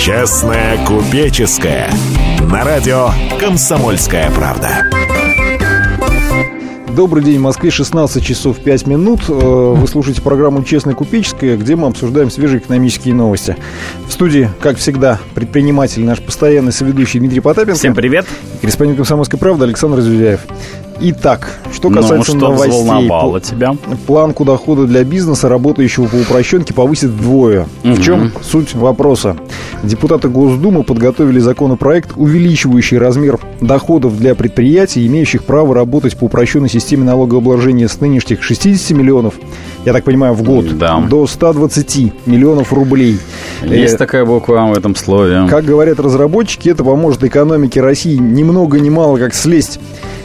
Честная купеческая. На радио «Комсомольская правда». Добрый день, в Москве 16 часов 5 минут. Вы слушаете программу «Честная купеческая», где мы обсуждаем свежие экономические новости. В студии, как всегда, предприниматель, наш постоянный соведущий Дмитрий Потапенко. Всем привет. Корреспондент «Комсомольской правды» Александр Разюзяев. Итак, что касается новостей, взволновало тебя? Планку дохода для бизнеса, работающего по упрощенке, повысит вдвое. В чем суть вопроса? Депутаты Госдумы подготовили законопроект, увеличивающий размер доходов для предприятий, имеющих право работать по упрощенной системе налогообложения с нынешних 60 миллионов, я так понимаю, в год, до 120 миллионов рублей. Есть такая буква в этом слове. Как говорят разработчики, это поможет экономике России ни много ни мало как слезть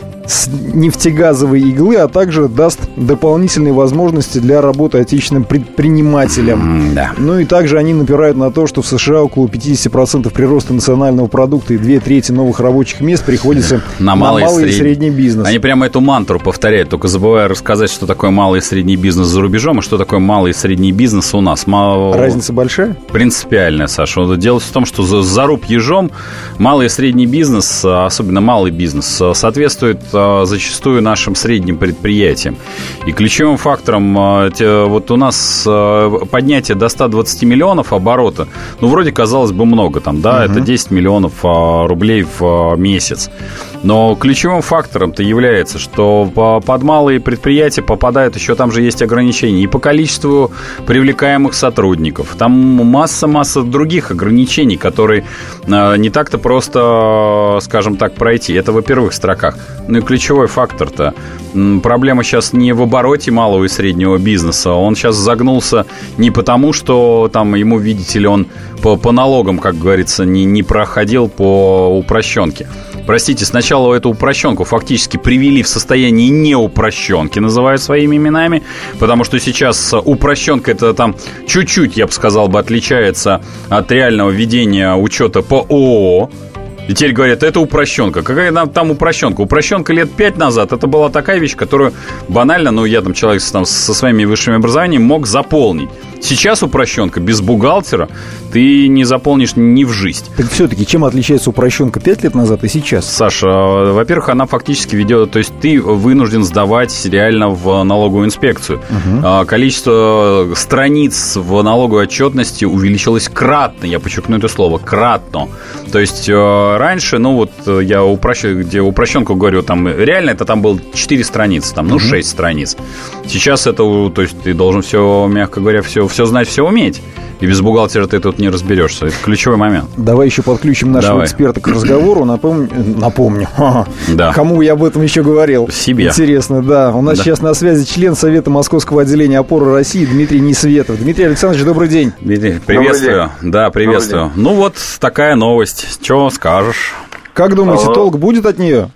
с нефтегазовой иглы, а также даст дополнительные возможности для работы отечественным предпринимателям. Ну и также они напирают на то, что в США около 50% прироста национального продукта и 2/3 новых рабочих мест приходится на малый и средний бизнес. Они прямо эту мантру повторяют, только забывая рассказать, что такое малый и средний бизнес за рубежом и что такое малый и средний бизнес у нас. Разница большая? Принципиальная, Саша. Дело в том, что за рубежом малый и средний бизнес, особенно малый бизнес, соответствует зачастую нашим средним предприятиям. И ключевым фактором вот у нас поднятие до 120 миллионов оборота, ну, вроде, казалось бы, много там, да, это 10 миллионов рублей в месяц. Но ключевым фактором-то является, что под малые предприятия попадают еще, там же есть ограничения и по количеству привлекаемых сотрудников. Там масса других ограничений, которые не так-то просто, скажем так, пройти. Это во первых строках. Ну и ключевой фактор-то. Проблема сейчас не в обороте малого и среднего бизнеса. Он сейчас загнулся не потому, что там ему, видите ли, он по налогам, как говорится, не проходил по упрощенке. Простите, сначала эту упрощенку фактически привели в состояние неупрощенки, называют своими именами, потому что сейчас упрощенка это там чуть-чуть, я бы сказал, отличается от реального ведения учета по ООО. И теперь говорят, это упрощенка. Какая там упрощенка? Упрощенка лет 5 назад это была такая вещь, которую банально, ну, я там человек со своими высшими образованиями мог заполнить. Сейчас упрощенка без бухгалтера ты не заполнишь ни в жизнь. Так все-таки чем отличается упрощенка 5 лет назад и сейчас? Саша, во-первых, она фактически ведет, то есть ты вынужден сдавать реально в налоговую инспекцию. Количество страниц в налоговой отчетности увеличилось кратно, я подчеркну это слово, кратно. То есть раньше, ну вот я где упрощенку говорю, там реально это там было 4 страницы, там, 6 страниц. Сейчас это, то есть ты должен все, мягко говоря, все знать, все уметь. И без бухгалтера ты тут не разберешься. Это ключевой момент. Давай еще подключим нашего эксперта к разговору. Напомню. Да. Кому я об этом еще говорил? Себе. Интересно, да. У нас сейчас на связи член Совета Московского отделения «Опора России» Дмитрий Несветов. Дмитрий Александрович, добрый день. Дмитрий, приветствую. Да, приветствую. Ну вот такая новость. Что скажешь? Как думаете, толк будет от нее?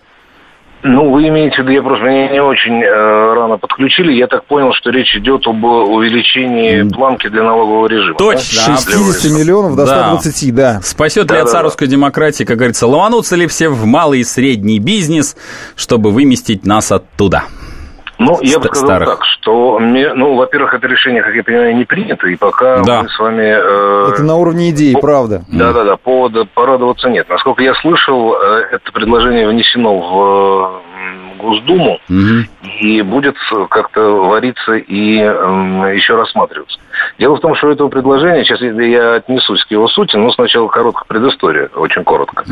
Ну, вы имеете в виду, меня не очень рано подключили. Я так понял, что речь идет об увеличении планки для налогового режима. Точно. Да? 60 миллионов до 120, да. Спасет ли от царской демократии, как говорится, ломанутся ли все в малый и средний бизнес, чтобы выместить нас оттуда? Ну, я бы сказал так, что, во-первых, это решение, как я понимаю, не принято, и пока мы с вами... Это на уровне идеи, правда. Да, повода порадоваться нет. Насколько я слышал, это предложение внесено в Госдуму и будет как-то вариться и еще рассматриваться. Дело в том, что у этого предложения, сейчас я отнесусь к его сути, но сначала короткая предыстория, очень коротко.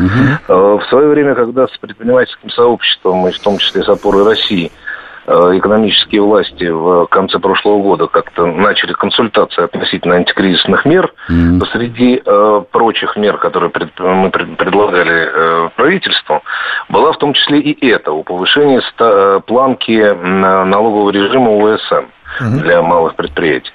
В свое время, когда с предпринимательским сообществом, и в том числе с «Опорой России», экономические власти в конце прошлого года как-то начали консультации относительно антикризисных мер. Посреди прочих мер, которые мы предлагали правительству, была в том числе и это, о повышении планки налогового режима УСН для малых предприятий.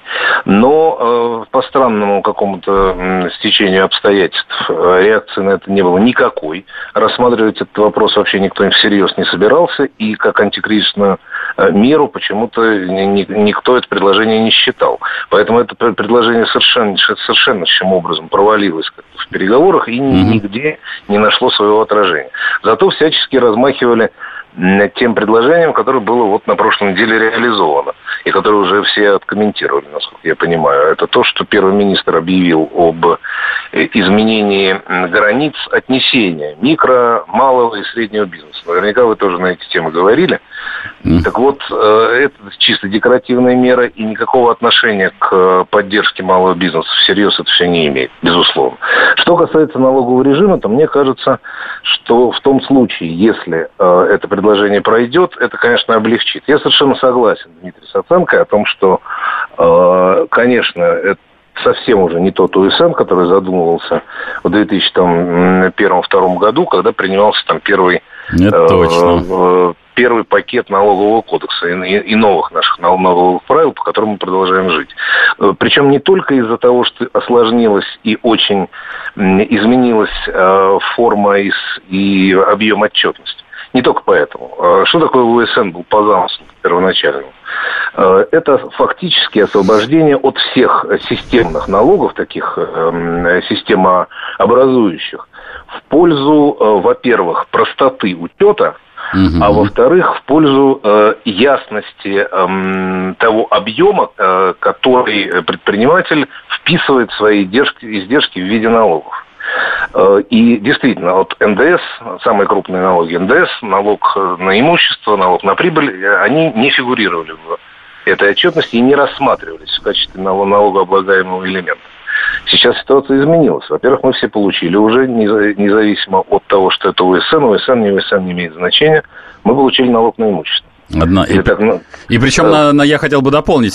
Но по странному какому-то стечению обстоятельств реакции на это не было никакой. Рассматривать этот вопрос вообще никто всерьез не собирался. И как антикризисную меру почему-то никто это предложение не считал. Поэтому это предложение совершеннейшим образом провалилось в переговорах и нигде не нашло своего отражения. Зато всячески размахивали тем предложением, которое было вот на прошлой неделе реализовано, и которое уже все откомментировали, насколько я понимаю. Это то, что первый министр объявил об изменении границ отнесения микро, малого и среднего бизнеса. Наверняка вы тоже на эти темы говорили. Так вот, это чисто декоративная мера, и никакого отношения к поддержке малого бизнеса всерьез это все не имеет, безусловно. Что касается налогового режима, то мне кажется, что в том случае, если это предложение пройдет, это, конечно, облегчит. Я совершенно согласен, Дмитрий Саценко, о том, что, конечно, это совсем уже не тот УСН, который задумывался в 2001-2002 году, когда принимался там первый пакет налогового кодекса и новых наших налоговых правил, по которым мы продолжаем жить. Причем не только из-за того, что осложнилась и очень изменилась форма и объем отчетности. Не только поэтому. Что такое УСН был по замыслу первоначальному? Это фактически освобождение от всех системных налогов, таких системообразующих, в пользу, во-первых, простоты учета, а во-вторых, в пользу ясности того объема, который предприниматель вписывает в свои издержки в виде налогов. И действительно, вот НДС, самые крупные налоги НДС, налог на имущество, налог на прибыль, они не фигурировали в этой отчетности и не рассматривались в качестве налогооблагаемого элемента. Сейчас ситуация изменилась. Во-первых, мы все получили уже, независимо от того, что это УСН не имеет значения, мы получили налог на имущество. И причем я хотел бы дополнить,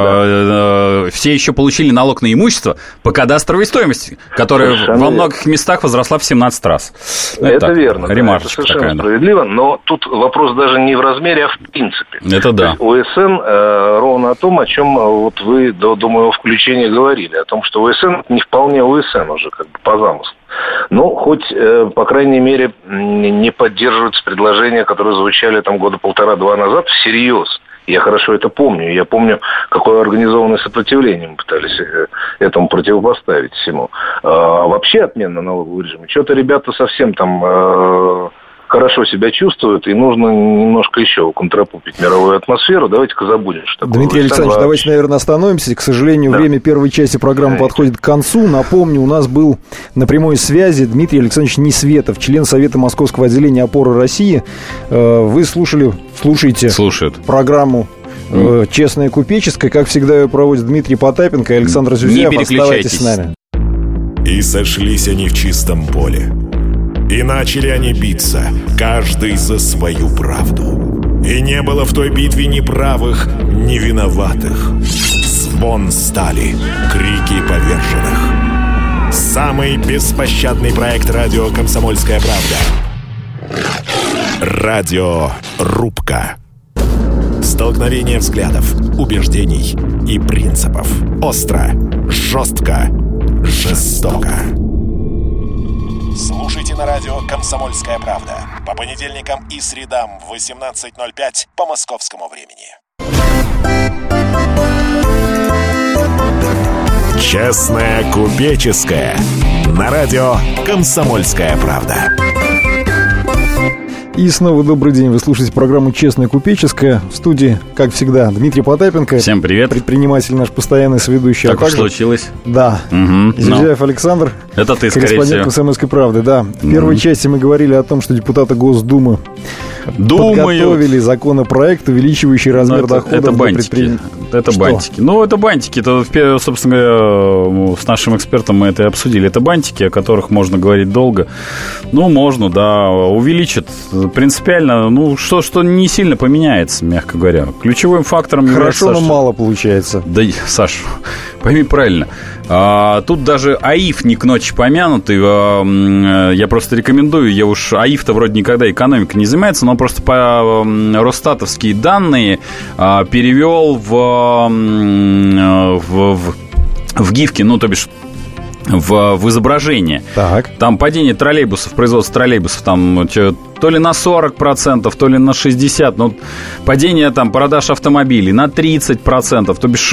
все еще получили налог на имущество по кадастровой стоимости, которая во многих местах возросла в 17 раз. Это верно. Ремарочка это совершенно такая, справедливо, но тут вопрос даже не в размере, а в принципе. Это да. УСН ровно о том, о чем вот вы до моего включения говорили, о том, что УСН не вполне УСН уже как бы по замыслу. Ну, хоть, по крайней мере, не поддерживаются предложения, которые звучали там года полтора-два назад всерьез. Я хорошо это помню. Я помню, какое организованное сопротивление мы пытались этому противопоставить всему. А вообще отмена налогового режима. Что-то ребята совсем там хорошо себя чувствуют, и нужно немножко еще уконтрапупить мировую атмосферу. Давайте-ка забудем, что такое. Дмитрий Александрович, давайте, наверное, остановимся. К сожалению, время первой части программы подходит к концу. Напомню, у нас был на прямой связи Дмитрий Александрович Несветов, член Совета Московского отделения «Опора России». Вы слушаете программу «Честная купеческая». Как всегда, ее проводит Дмитрий Потапенко и Александр Зюзяев. Оставайтесь с нами. И сошлись они в чистом поле. И начали они биться, каждый за свою правду. И не было в той битве ни правых, ни виноватых. Звон стали, крики поверженных. Самый беспощадный проект радио «Комсомольская правда». Радиорубка. Столкновение взглядов, убеждений и принципов. Остро, жестко, жестоко. Слушайте на радио «Комсомольская правда» по понедельникам и средам в 18:05 по московскому времени. Честная купеческая на радио «Комсомольская правда». И снова добрый день. Вы слушаете программу «Честная купеческая». В студии, как всегда, Дмитрий Потапенко. Всем привет. Предприниматель наш постоянный соведущий. Так уж случилось. Да. Зюзяев Александр. Это ты, скорее всего. Корреспондент «Комсомольской правды», да. В первой части мы говорили о том, что депутаты Госдумы подготовили законопроект, увеличивающий размер доходов. Это бантики. Это бантики. Ну, это бантики. Это, собственно говоря, с нашим экспертом мы это и обсудили. Это бантики, о которых можно говорить долго. Ну, можно, да. Увеличат принципиально, ну, что не сильно поменяется, мягко говоря. Ключевым фактором является... Хорошо, но мало получается. Да, Саш, пойми правильно. Тут даже АИФ не к ночи помянутый. Я просто рекомендую. АИФ-то вроде никогда экономикой не занимается, но просто по росстатовские данные перевел в гифки, ну, то бишь в изображение. Так. Там падение троллейбусов, производство троллейбусов, там то ли на 40%, то ли на 60%. Ну, падение там продаж автомобилей на 30%. То бишь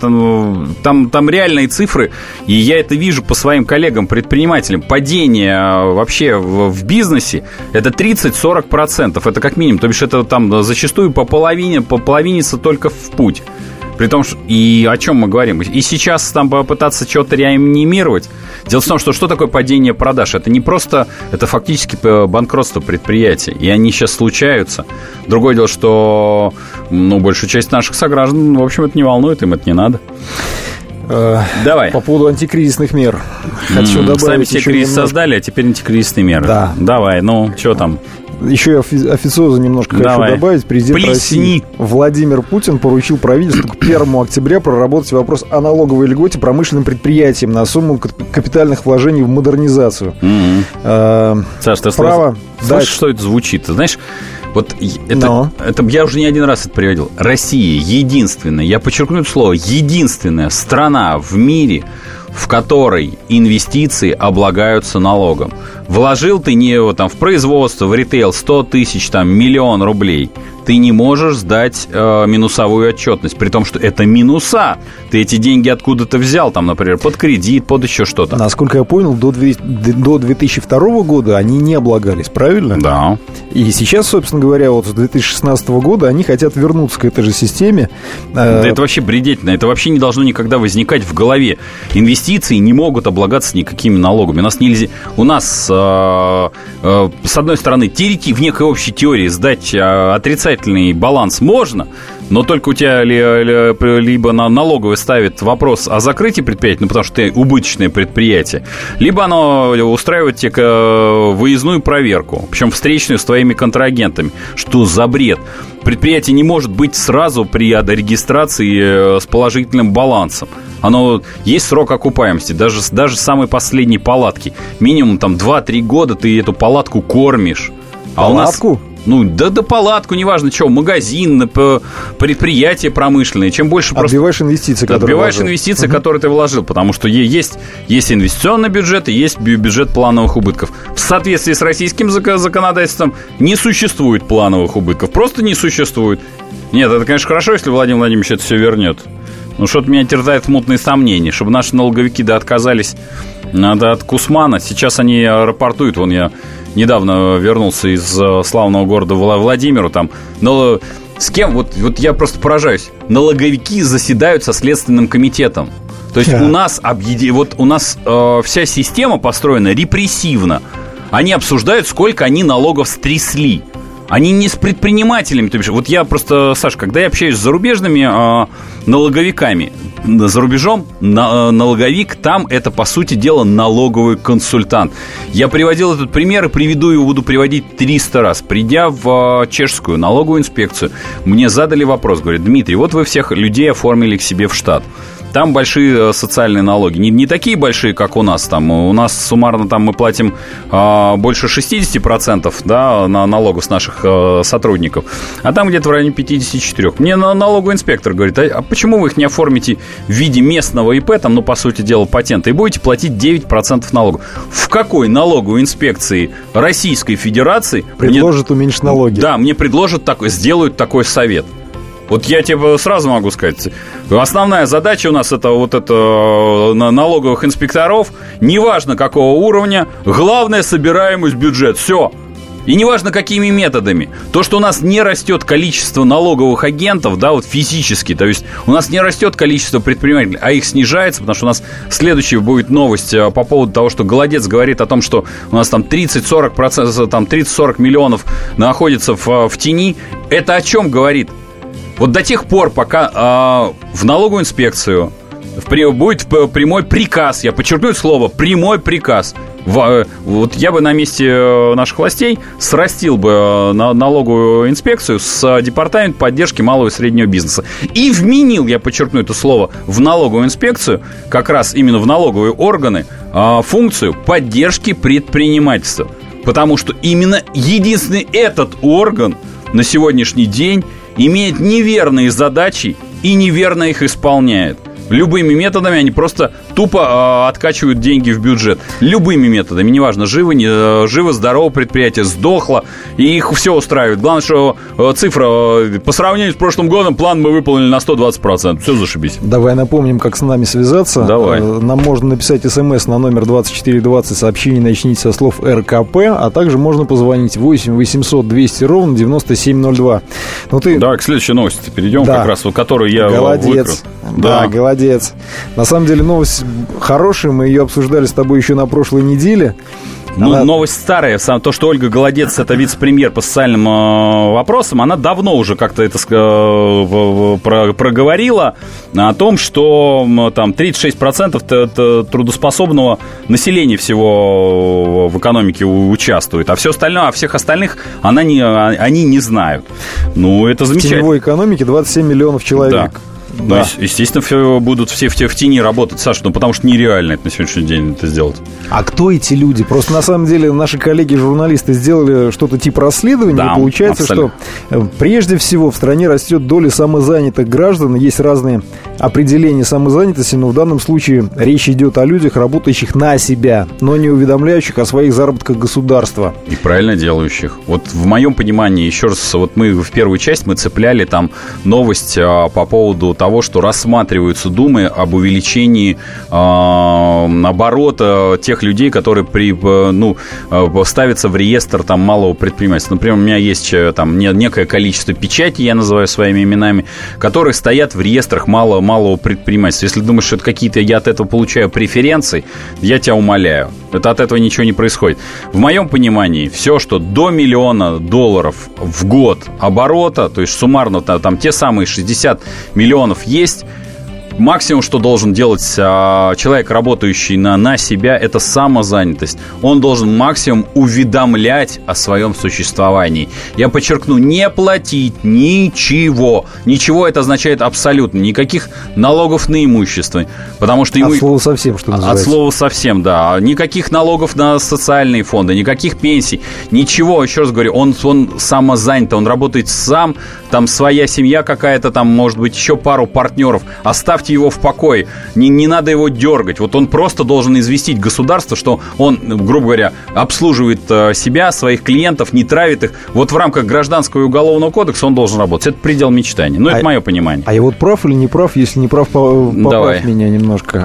там реальные цифры, и я это вижу по своим коллегам-предпринимателям. Падение вообще в бизнесе это 30-40%. Это как минимум. То бишь это там зачастую по половине только в путь. При том, что... И о чем мы говорим? И сейчас там попытаться что-то реанимировать. Дело в том, что такое падение продаж? Это не просто... Это фактически банкротство предприятий. И они сейчас случаются. Другое дело, что большую часть наших сограждан, в общем, это не волнует, им это не надо. Давай. По поводу антикризисных мер. Хочу добавить. Сами себе кризис создали, а теперь антикризисные меры. Да. Давай, что там? Еще официоза немножко хочу добавить. Президент России Владимир Путин поручил правительству к 1 октября проработать вопрос о налоговой льготе промышленным предприятиям на сумму капитальных вложений в модернизацию. Саш, ты слышишь, что это звучит? Ты знаешь, вот это я уже не один раз это приводил. Россия единственная, я подчеркну это слово, единственная страна в мире, в которой инвестиции облагаются налогом. Вложил ты в производство, в ритейл 100 тысяч, миллион рублей, ты не можешь сдать минусовую отчетность, при том, что это минуса. Ты эти деньги откуда-то взял, например, под кредит, под еще что-то. Насколько я понял, до 2002 года они не облагались, правильно? Да. И сейчас, собственно говоря, с 2016 года они хотят вернуться к этой же системе. Да это вообще бредительно. Это вообще не должно никогда возникать в голове. Инвестиции не могут облагаться никакими налогами. У нас, с одной стороны, в некой общей теории сдать отрицательный баланс можно, но только у тебя либо налоговый ставит вопрос о закрытии предприятия, потому что ты убыточное предприятие, либо оно устраивает тебе выездную проверку, причем встречную с твоими контрагентами. Что за бред? Предприятие не может быть сразу при регистрации с положительным балансом. Есть срок окупаемости, даже самой последней палатки. Минимум 2-3 года ты эту палатку кормишь. Палатку? Палатку, неважно что, магазин, предприятие промышленное. Чем больше отбиваешь инвестиции, которые ты вложил, потому что есть инвестиционный бюджет и есть бюджет плановых убытков. В соответствии с российским законодательством не существует плановых убытков, просто не существует. Нет, это, конечно, хорошо, если Владимир Владимирович это все вернет. Что-то меня терзает смутные сомнения, чтобы наши налоговики отказались от Кусмана. Сейчас они рапортуют, я недавно вернулся из славного города Владимира, но с кем, я просто поражаюсь, налоговики заседают со Следственным комитетом. То есть у нас вся система построена репрессивно. Они обсуждают, сколько они налогов стрясли. Они не с предпринимателями. То бишь, я просто, Саш, когда я общаюсь с зарубежными налоговиками, за рубежом налоговик, там это, по сути дела, налоговый консультант. Я приводил этот пример и приведу его, буду приводить 300 раз. Придя в чешскую налоговую инспекцию, мне задали вопрос, говорят: Дмитрий, вы всех людей оформили к себе в штат. Там большие социальные налоги. Не такие большие, как у нас. У нас суммарно мы платим больше 60% на налогов с наших сотрудников. А там где-то в районе 54%. Мне налоговый инспектор говорит: а почему вы их не оформите в виде местного ИП, по сути дела, патента, и будете платить 9% налогов? В какой налоговой инспекции Российской Федерации предложат уменьшить налоги? Да, мне сделают такой совет. Я тебе сразу могу сказать, основная задача у нас это налоговых инспекторов, неважно какого уровня, главное собираемость бюджет, все. И неважно какими методами. То, что у нас не растет количество налоговых агентов, физически, то есть у нас не растет количество предпринимателей, а их снижается, потому что у нас следующая будет новость по поводу того, что Голодец говорит о том, что у нас 30-40%, 30-40 миллионов находится в тени. Это о чем говорит? До тех пор, пока в налоговую инспекцию будет прямой приказ, я подчеркну слово, прямой приказ, я бы на месте наших властей срастил бы налоговую инспекцию с департаментом поддержки малого и среднего бизнеса и вменил, я подчеркну это слово, в налоговую инспекцию, как раз именно в налоговые органы, функцию поддержки предпринимательства. Потому что именно единственный этот орган на сегодняшний день имеет неверные задачи и неверно их исполняет. Любыми методами они просто тупо откачивают деньги в бюджет. Любыми методами, неважно, живо, здорово предприятие, сдохло, и их все устраивает. Главное, что цифра по сравнению с прошлым годом, план мы выполнили на 120%. Все, зашибись. Давай напомним, как с нами связаться. Давай. Нам можно написать смс на номер 2420, сообщение начните со слов РКП, а также можно позвонить 8 800 200 ровно 9702. Ну, ты... Давай к следующей новости перейдем, да. Как раз вот которую я Голодец. Да, голодец. На самом деле новость хорошая, мы ее обсуждали с тобой еще на прошлой неделе. Ну, новость старая. То, что Ольга Голодец, это вице-премьер по социальным вопросам, она давно уже как-то это проговорила о том, что там 36% трудоспособного населения всего в экономике участвует, а все остальное, а всех остальных они не знают. Ну, это замечательно. В теневой экономике 27 миллионов человек. Да. Да. Ну, естественно, будут все в тени работать, Саша, потому что нереально это на сегодняшний день это сделать. А кто эти люди? Просто на самом деле наши коллеги-журналисты сделали что-то типа расследования, да, и получается, абсолютно. Что прежде всего в стране растет доля самозанятых граждан. Есть разные определения самозанятости, но в данном случае речь идет о людях, работающих на себя, но не уведомляющих о своих заработках государства. И правильно делающих. Вот в моем понимании, еще раз, вот мы в первую часть мы цепляли там новость по поводу того, что рассматриваются думы об увеличении оборота тех людей, которые ставятся в реестр там, малого предпринимательства. Например, у меня есть там некое количество печатей, я называю своими именами, которые стоят в реестрах малого предпринимательства. Если думаешь, что это какие-то я от этого получаю преференции, я тебя умоляю. Это от этого ничего не происходит. В моем понимании, все, что до $1 миллиона в год оборота, то есть суммарно там те самые 60 миллионов есть, максимум, что должен делать человек, работающий на себя, это самозанятость. Он должен максимум уведомлять о своем существовании. Я подчеркну, не платить ничего. Ничего это означает абсолютно. Никаких налогов на имущество. Потому что от слова совсем, что называется. От слова совсем, да. Никаких налогов на социальные фонды, никаких пенсий. Ничего, еще раз говорю, он самозанят, он работает сам, там своя семья какая-то, там, может быть, еще пару партнеров. Оставьте его в покое, не надо его дергать. Вот он просто должен известить государство, что он, грубо говоря, обслуживает себя, своих клиентов, не травит их. Вот в рамках Гражданского и Уголовного кодекса он должен работать. Это предел мечтаний. Ну, это мое понимание. А я вот прав или не прав? Если не прав, поправь меня немножко.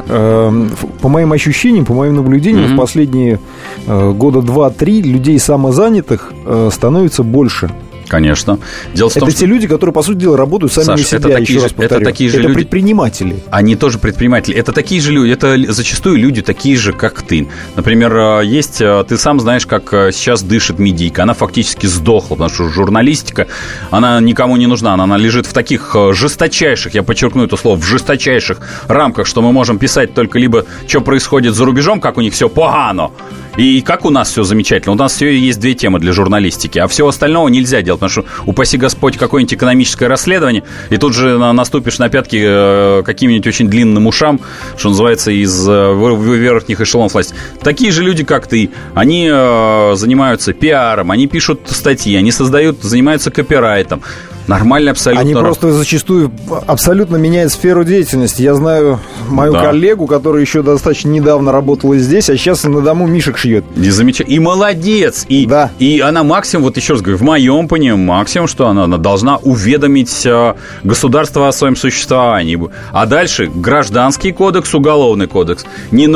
По моим ощущениям, по моим наблюдениям, в последние года 2-3 людей самозанятых становится больше. Конечно. Дело в том, это те люди, которые, по сути дела, работают сами на себя, еще раз повторю. Это такие же люди. Предприниматели. Они тоже предприниматели. Это такие же люди, это зачастую люди такие же, как ты. Например, есть, ты сам знаешь, как сейчас дышит медийка. Она фактически сдохла, потому что журналистика, она никому не нужна. Она лежит в таких жесточайших, я подчеркну это слово, в жесточайших рамках, что мы можем писать только либо, что происходит за рубежом, как у них все погано, и как у нас все замечательно. У нас все есть две темы для журналистики, а всего остального нельзя делать, потому что, упаси Господь, какое-нибудь экономическое расследование, и тут же наступишь на пятки каким-нибудь очень длинным ушам, что называется, из верхних эшелонов власти. Такие же люди, как ты, они занимаются пиаром, они пишут статьи, они занимаются копирайтом. Нормально абсолютно. Они просто зачастую абсолютно меняют сферу деятельности. Я знаю мою коллегу, которая еще достаточно недавно работала здесь, а сейчас на дому мишек шьет. И молодец. И она максимум, вот еще раз говорю, в моем понимании, максимум, что она должна уведомить государство о своем существовании. А дальше Гражданский кодекс, Уголовный кодекс.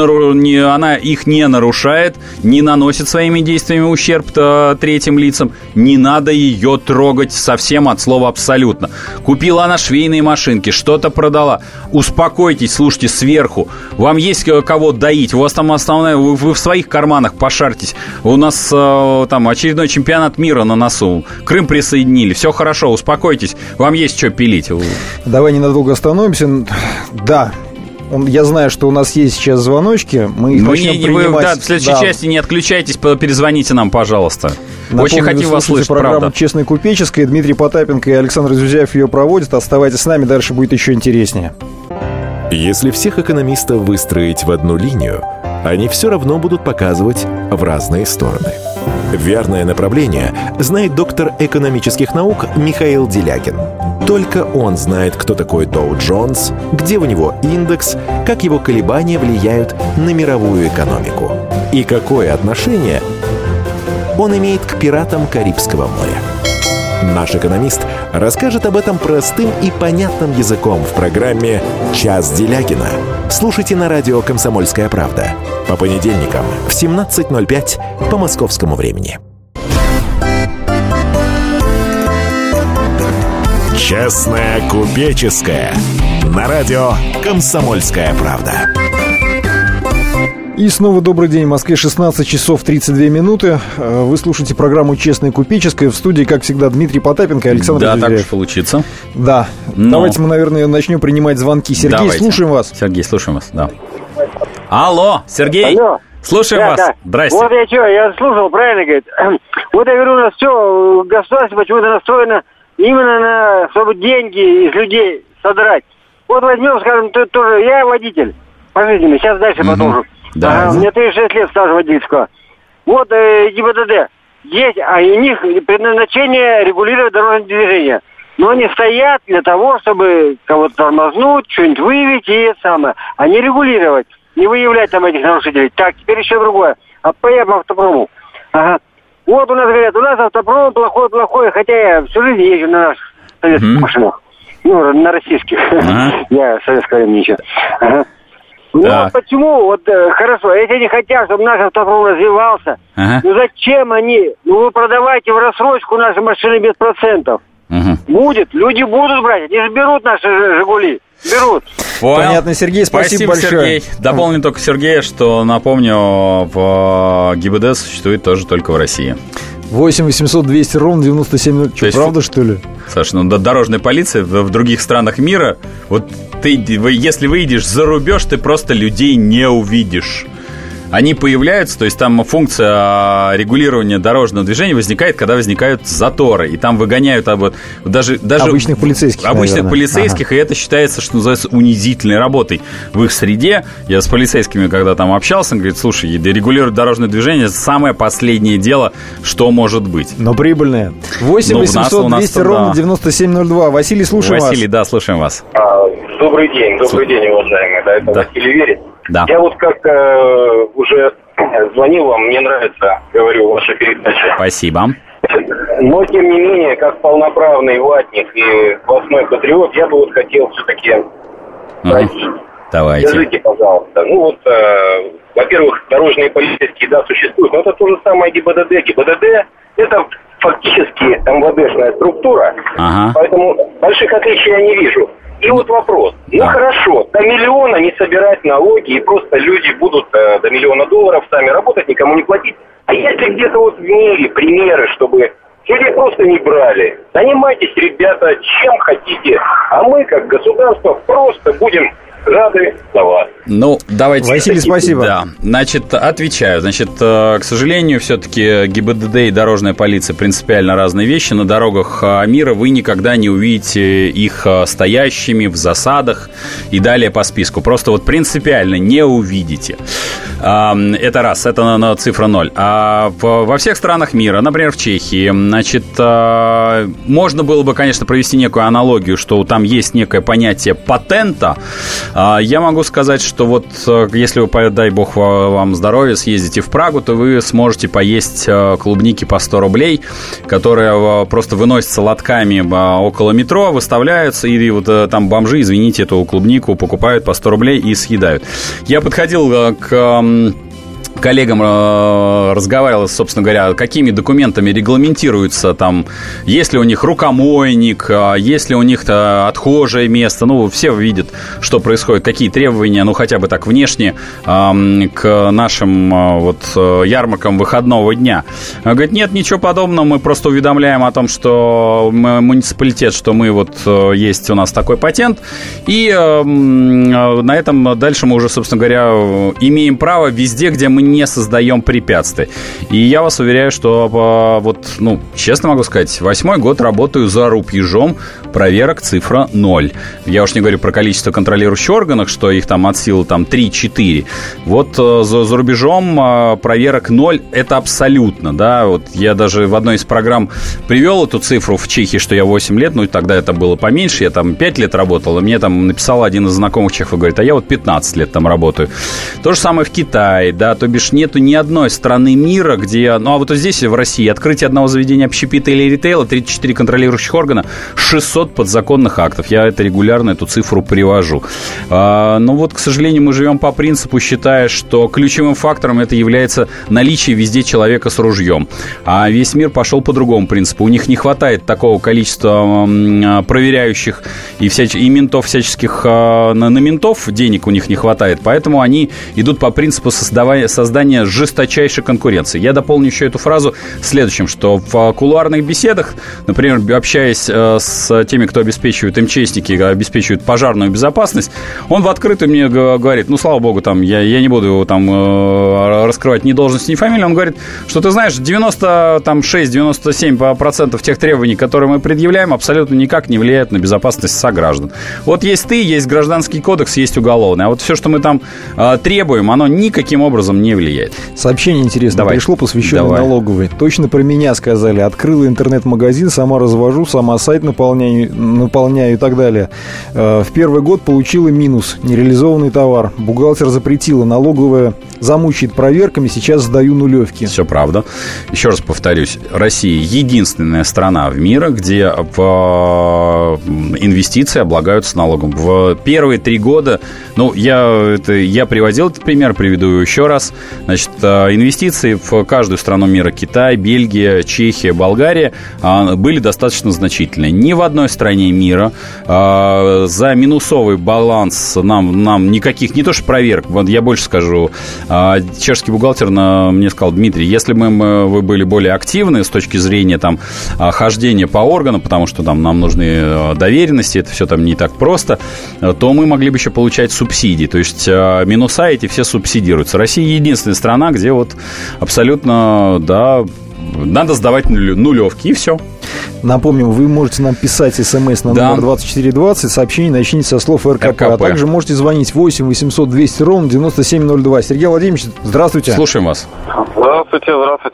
Она их не нарушает, не наносит своими действиями ущерб третьим лицам. Не надо ее трогать совсем от слова абсолютно. Купила она швейные машинки, что-то продала. Успокойтесь, слушайте сверху. Вам есть кого доить. У вас там основное, вы в своих карманах пошарьтесь. У нас там очередной чемпионат мира на носу. Крым присоединили. Все хорошо, успокойтесь. Вам есть что пилить. Давай ненадолго остановимся. Да. Я знаю, что у нас есть сейчас звоночки. Мы их начнем принимать. В следующей части не отключайтесь, перезвоните нам, пожалуйста. Напомню, очень хотим вас слышать, программа «Честная купеческая». Дмитрий Потапенко и Александр Зюзяев ее проводят. Оставайтесь с нами, дальше будет еще интереснее. Если всех экономистов выстроить в одну линию, они все равно будут показывать в разные стороны. Верное направление знает доктор экономических наук Михаил Делякин. Только он знает, кто такой Доу Джонс, где у него индекс, как его колебания влияют на мировую экономику и какое отношение он имеет к пиратам Карибского моря. Наш экономист расскажет об этом простым и понятным языком в программе «Час Делягина». Слушайте на радио «Комсомольская правда» по понедельникам в 17:05 по московскому времени. Честная купеческая на радио «Комсомольская правда». И снова добрый день. В Москве 16 часов 32 минуты. Вы слушаете программу «Честная купеческая». В студии, как всегда, Дмитрий Потапенко и Александр Дудеряев. Да, так уж получится. Да. Давайте мы, наверное, начнем принимать звонки. Сергей, давайте. Слушаем вас. Сергей, слушаем вас, да. Алло, Сергей. Алло. Слушаем вас. Да. Здрасте. Вот я слушал, правильно говорит. Вот я говорю, у нас все, государство почему-то настроено именно на, чтобы деньги из людей содрать. Вот возьмем, скажем, тоже я водитель пожизненный, сейчас дальше продолжу. Да. У меня 36 лет стажа водительского. Вот ГИБДД есть, а у них предназначение регулировать дорожное движение. Но они стоят для того, чтобы кого-то тормознуть, что-нибудь выявить и это самое, а не регулировать, не выявлять там этих нарушителей. Так, теперь еще другое. А поедем автопрому. Ага. Вот у нас говорят, у нас автопром плохой, хотя я всю жизнь езжу на наших советских машинах. Ну, на российских. Я в советское время ничего. Ага. Ну вот почему, вот хорошо, если они хотят, чтобы наш автопром развивался, ну зачем они, ну вы продавайте в рассрочку наши машины без процентов. Будет, люди будут брать, они же берут наши «Жигули», берут. Понял. Понятно, Сергей, спасибо большое. Сергей. Дополню только Сергея, что, напомню, в ГИБДД существует тоже только в России. 8 800 200 ровно 97. Что, правда, что ли? Саша, ну дорожная полиция в других странах мира, вот если выйдешь за рубеж, ты просто людей не увидишь. Они появляются, то есть там функция регулирования дорожного движения возникает, когда возникают заторы, и там выгоняют даже обычных полицейских, и это считается, что называется, унизительной работой в их среде. Я с полицейскими, когда там общался, он говорит, слушай, регулировать дорожное движение – это самое последнее дело, что может быть. Но прибыльное. 8 800 200 ровно 9702. Василий, слушаем вас. Василий, да, слушаем вас. Добрый день, уважаемый. Да, это Василий Верес. Да. Я вот как уже звонил вам, мне нравится, говорю, ваша передача. Спасибо. Но, тем не менее, как полноправный ватник и классной патриот, я бы вот хотел все-таки спросить. Давайте. Скажите, пожалуйста, во-первых, дорожные полицейские, да, существуют, но это то же самое ГИБДД. ГИБДД – это фактически МВДшная структура, поэтому больших отличий я не вижу. И вот вопрос. Хорошо, до миллиона не собирать налоги, и просто люди будут до $1 миллиона сами работать, никому не платить. А если где-то вот в мире примеры, чтобы людей просто не брали, занимайтесь, ребята, чем хотите, а мы, как государство, просто будем рады за вас. Ну, давайте... Василий, спасибо. Да, значит, отвечаю. Значит, к сожалению, все-таки ГИБДД и дорожная полиция принципиально разные вещи. На дорогах мира вы никогда не увидите их стоящими в засадах и далее по списку. Просто вот принципиально не увидите. Это раз, это на цифра 0. А во всех странах мира, например, в Чехии, значит, можно было бы, конечно, провести некую аналогию, что там есть некое понятие патента. Я могу сказать, что вот если вы, дай бог вам здоровья, съездите в Прагу, то вы сможете поесть клубники по 100 рублей, которые просто выносятся лотками около метро, выставляются, и вот там бомжи, извините, эту клубнику покупают по 100 рублей и съедают. Я подходил к коллегам, разговаривал, собственно говоря, какими документами регламентируется там, есть ли у них рукомойник, есть ли у них отхожее место, все видят, что происходит, какие требования, хотя бы так внешне к нашим ярмаркам выходного дня. Он говорит, нет, ничего подобного, мы просто уведомляем о том, что муниципалитет, что мы есть у нас такой патент, и на этом дальше мы уже, собственно говоря, имеем право везде, где мы не создаем препятствий. И я вас уверяю, что честно могу сказать, 8-й год работаю за рубежом, проверок цифра 0. Я уж не говорю про количество контролирующих органов, что их там от силы 3-4. Вот за рубежом проверок 0 – это абсолютно, да. Вот я даже в одной из программ привел эту цифру в Чехии, что я 8 лет, тогда это было поменьше, я там 5 лет работал, и мне там написал один из знакомых чехов, говорит, а я 15 лет там работаю. То же самое в Китае, да, то бишь нету ни одной страны мира, где, а вот здесь, в России, открытие одного заведения общепита или ритейла, 34 контролирующих органа, 600 подзаконных актов. Я это регулярно, эту цифру привожу. К сожалению, мы живем по принципу, считая, что ключевым фактором это является наличие везде человека с ружьем. А весь мир пошел по другому принципу. У них не хватает такого количества проверяющих и ментов всяческих, на ментов денег у них не хватает, поэтому они идут по принципу создания жесточайшей конкуренции. Я дополню еще эту фразу следующим, что в кулуарных беседах, например, общаясь с теми, кто обеспечивает, МЧСники обеспечивают пожарную безопасность, он в открытую мне говорит, слава богу, я не буду его раскрывать ни должность, ни фамилию, он говорит, что ты знаешь, 96-97% тех требований, которые мы предъявляем, абсолютно никак не влияют на безопасность сограждан. Вот есть есть гражданский кодекс, есть уголовный, а вот все, что мы там требуем, оно никаким образом не влияет. Сообщение интересное пришло, посвященное налоговой. Точно про меня сказали. Открыла интернет-магазин, сама развожу, сама сайт наполняю и так далее. В первый год получила минус, нереализованный товар. Бухгалтер запретила, налоговая замучает проверками, сейчас сдаю нулевки. Все правда. Еще раз повторюсь, Россия единственная страна в мире, где инвестиции облагаются налогом. В первые 3 года, я приводил этот пример, приведу его еще раз. Значит, инвестиции в каждую страну мира, Китай, Бельгия, Чехия, Болгария, были достаточно значительные. Ни в одной стране мира за минусовый баланс нам никаких, не то что проверок, я больше скажу, чешский бухгалтер мне сказал, Дмитрий, если бы вы были более активны с точки зрения хождения по органам, потому что нам нужны доверенности, это все не так просто, то мы могли бы еще получать субсидии. То есть минуса эти все субсидируются. Россия единственная страна, где абсолютно, надо сдавать нулевки, и все. Напомним, вы можете нам писать смс на номер 2420, сообщение начните со слов РКП. А также можете звонить 8 800 200 ровно 9702. Сергей Владимирович, здравствуйте. Слушаем вас. Здравствуйте.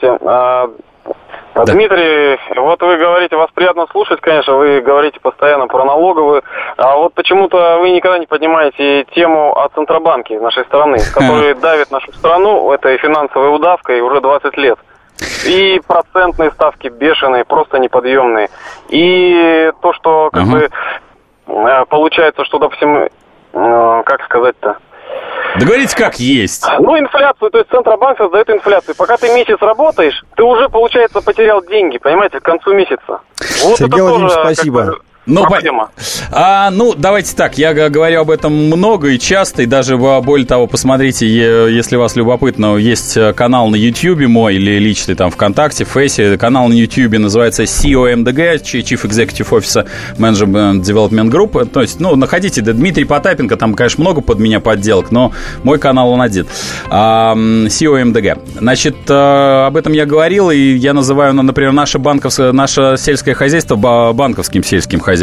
Дмитрий, вот вы говорите, вас приятно слушать, конечно, вы говорите постоянно про налоговую, а вот почему-то вы никогда не поднимаете тему о Центробанке нашей страны, который давит нашу страну этой финансовой удавкой уже 20 лет. И процентные ставки бешеные, просто неподъемные. И то, что получается, что, допустим, как сказать-то? Да говорите, как есть. Инфляцию, то есть Центробанк создает инфляцию. Пока ты месяц работаешь, ты уже, получается, потерял деньги, понимаете, к концу месяца. Вот Сергей Владимирович, спасибо. Проблема. Давайте так, я говорю об этом много и часто, и даже, более того, посмотрите, если вас любопытно, есть канал на YouTube мой, или личный ВКонтакте, в Фейсе, канал на YouTube называется COMDG, Chief Executive Officer Management Development Group, то есть, находите, Дмитрий Потапенко, там, конечно, много под меня подделок, но мой канал он один. COMDG. Значит, об этом я говорил, и я называю, например, наше сельское хозяйство банковским сельским хозяйством.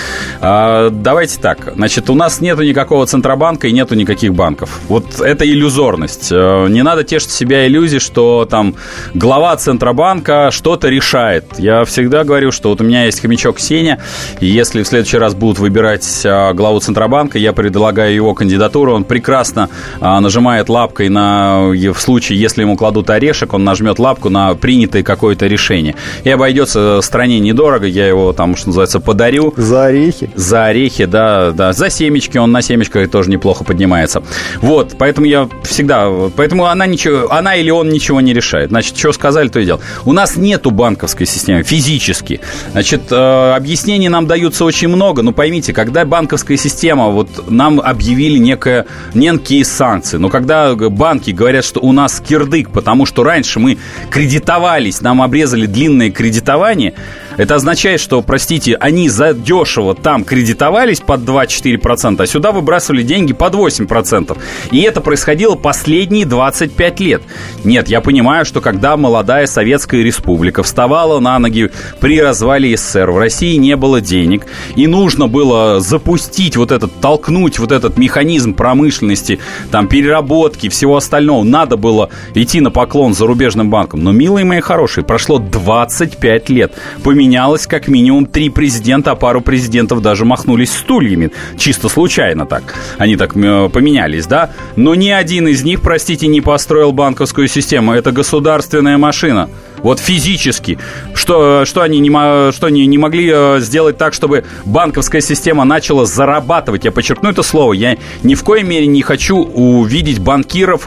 Давайте так. Значит, у нас нету никакого Центробанка и нету никаких банков. Вот это иллюзорность. Не надо тешить себя иллюзией, что глава Центробанка что-то решает. Я всегда говорю, что у меня есть хомячок Сеня, и если в следующий раз будут выбирать главу Центробанка, я предлагаю его кандидатуру. Он прекрасно нажимает лапкой в случае, если ему кладут орешек, он нажмет лапку на принятое какое-то решение. И обойдется стране недорого. Я его что называется, подарю. За орехи? За орехи, да. За семечки, он на семечках тоже неплохо поднимается. Вот, поэтому я всегда... Поэтому она или он ничего не решает. Значит, что сказали, то и дело. У нас нету банковской системы физически. Значит, объяснений нам даются очень много. Но поймите, когда банковская система, нам объявили некие санкции, но когда банки говорят, что у нас кирдык, потому что раньше мы кредитовались, нам обрезали длинное кредитование, это означает, что, простите, они за да, дешево там кредитовались под 2-4%, а сюда выбрасывали деньги под 8%. И это происходило последние 25 лет. Нет, я понимаю, что когда молодая Советская Республика вставала на ноги при развале СССР, в России не было денег, и нужно было запустить толкнуть этот механизм промышленности, там, переработки, всего остального. Надо было идти на поклон зарубежным банкам. Но, милые мои хорошие, прошло 25 лет. Поменялось как минимум 3 президента, а пару президентов даже махнулись стульями. Чисто случайно так. Они так поменялись, да? Но ни один из них, простите, не построил банковскую систему. Это государственная машина. Вот физически. Что они не могли сделать так, чтобы банковская система начала зарабатывать? Я подчеркну это слово. Я ни в коей мере не хочу увидеть банкиров,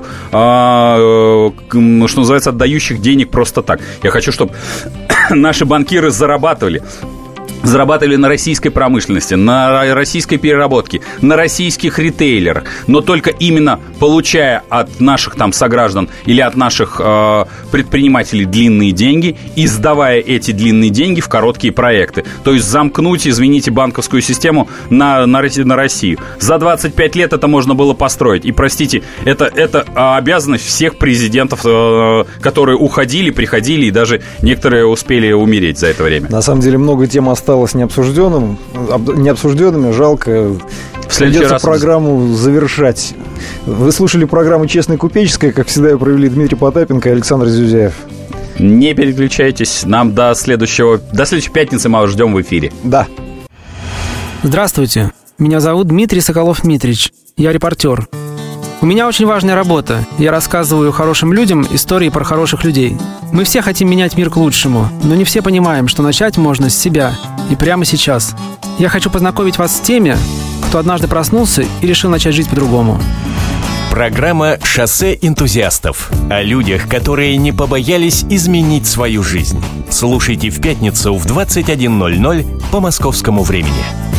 что называется, отдающих денег просто так. Я хочу, чтобы наши банкиры зарабатывали на российской промышленности, на российской переработке, на российских ритейлерах, но только именно получая от наших там сограждан или от наших предпринимателей длинные деньги и сдавая эти длинные деньги в короткие проекты. То есть замкнуть, извините, банковскую систему на Россию. За 25 лет это можно было построить. И, простите, это обязанность всех президентов, которые уходили, приходили, и даже некоторые успели умереть за это время. На самом деле много тем осталось необсужденными, жалко. Придется программу завершать. Вы слушали программу «Честная купеческая». Как всегда, ее провели Дмитрий Потапенко и Александр Зюзяев. Не переключайтесь. Нам до следующей пятницы мы вас ждем в эфире. Да. Здравствуйте. Меня зовут Дмитрий Соколов-Митрич. Я репортер. У меня очень важная работа. Я рассказываю хорошим людям истории про хороших людей. Мы все хотим менять мир к лучшему, но не все понимаем, что начать можно с себя и прямо сейчас. Я хочу познакомить вас с теми, кто однажды проснулся и решил начать жить по-другому. Программа «Шоссе энтузиастов» о людях, которые не побоялись изменить свою жизнь. Слушайте в пятницу в 21:00 по московскому времени.